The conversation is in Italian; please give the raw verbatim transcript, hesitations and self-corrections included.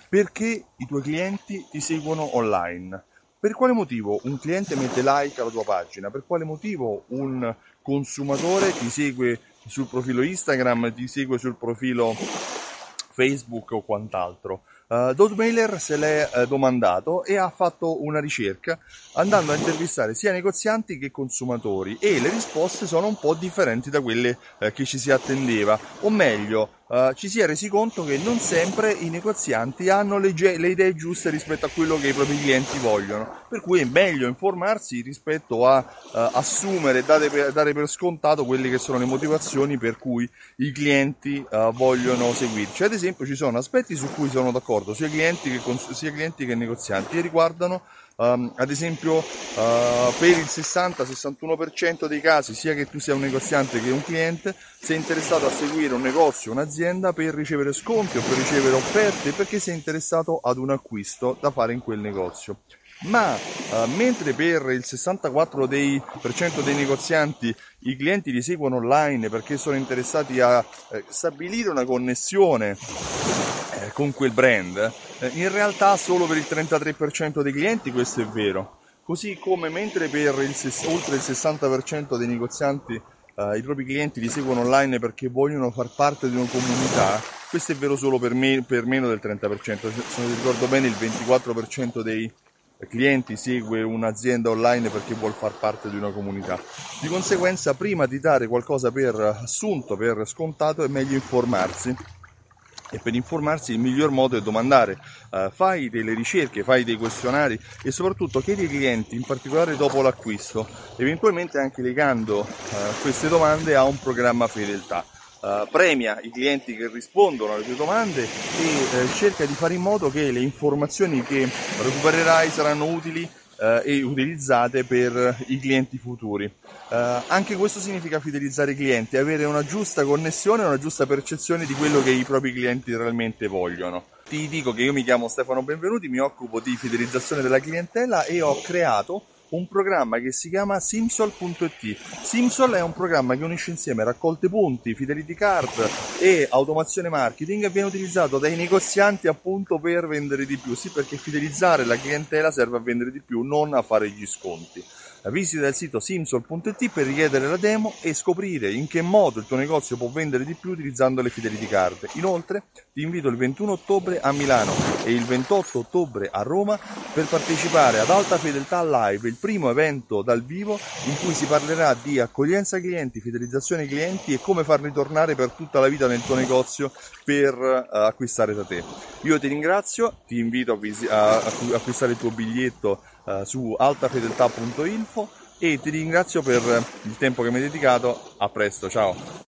Perché i tuoi clienti ti seguono online? Per quale motivo un cliente mette like alla tua pagina? Per quale motivo un consumatore ti segue sul profilo Instagram, ti segue sul profilo Facebook o quant'altro? Uh, Dotmailer se l'è uh, domandato e ha fatto una ricerca andando a intervistare sia negozianti che consumatori, e le risposte sono un po' differenti da quelle uh, che ci si attendeva, o meglio uh, ci si è resi conto che non sempre i negozianti hanno le, le idee giuste rispetto a quello che i propri clienti vogliono, per cui è meglio informarsi rispetto a uh, assumere e dare per, dare per scontato quelle che sono le motivazioni per cui i clienti uh, vogliono seguirci. Ad esempio, ci sono aspetti su cui sono d'accordo sia clienti che, sia clienti che negozianti, e riguardano um, ad esempio uh, per il sessanta sessantuno per cento dei casi, sia che tu sia un negoziante che un cliente, sei interessato a seguire un negozio, un'azienda, per ricevere sconti o per ricevere offerte, perché sei interessato ad un acquisto da fare in quel negozio. Ma uh, mentre per il sessantaquattro per cento dei negozianti i clienti li seguono online perché sono interessati a eh, stabilire una connessione eh, con quel brand, eh, in realtà solo per il trentatré per cento dei clienti questo è vero. Così come mentre per il oltre il sessanta per cento dei negozianti eh, i propri clienti li seguono online perché vogliono far parte di una comunità, questo è vero solo per, me, per meno del trenta per cento. Se non ricordo bene, il ventiquattro per cento dei clienti segue un'azienda online perché vuol far parte di una comunità. Di conseguenza, prima di dare qualcosa per assunto, per scontato, è meglio informarsi, e per informarsi il miglior modo è domandare. Uh, fai delle ricerche, fai dei questionari e soprattutto chiedi ai clienti, in particolare dopo l'acquisto, eventualmente anche legando uh, queste domande a un programma fedeltà. Uh, premia i clienti che rispondono alle tue domande e uh, cerca di fare in modo che le informazioni che recupererai saranno utili uh, e utilizzate per i clienti futuri. Uh, anche questo significa fidelizzare i clienti, avere una giusta connessione, una giusta percezione di quello che i propri clienti realmente vogliono. Ti dico che io mi chiamo Stefano Benvenuti, mi occupo di fidelizzazione della clientela e ho creato un programma che si chiama Simsol punto it. Simsol è un programma che unisce insieme raccolte punti, fidelity card e automazione marketing, e viene utilizzato dai negozianti appunto per vendere di più. Sì, perché fidelizzare la clientela serve a vendere di più, non a fare gli sconti. Visita il sito Simsol punto it per richiedere la demo e scoprire in che modo il tuo negozio può vendere di più utilizzando le fidelity card. Inoltre ti invito il ventuno ottobre a Milano e il ventotto ottobre a Roma per partecipare ad Alta Fedeltà Live, il primo evento dal vivo in cui si parlerà di accoglienza clienti, fidelizzazione clienti e come farli tornare per tutta la vita nel tuo negozio per uh, acquistare da te. Io ti ringrazio, ti invito a, vis- a acquistare il tuo biglietto uh, su alta fedeltà punto info e ti ringrazio per il tempo che mi hai dedicato. A presto, ciao!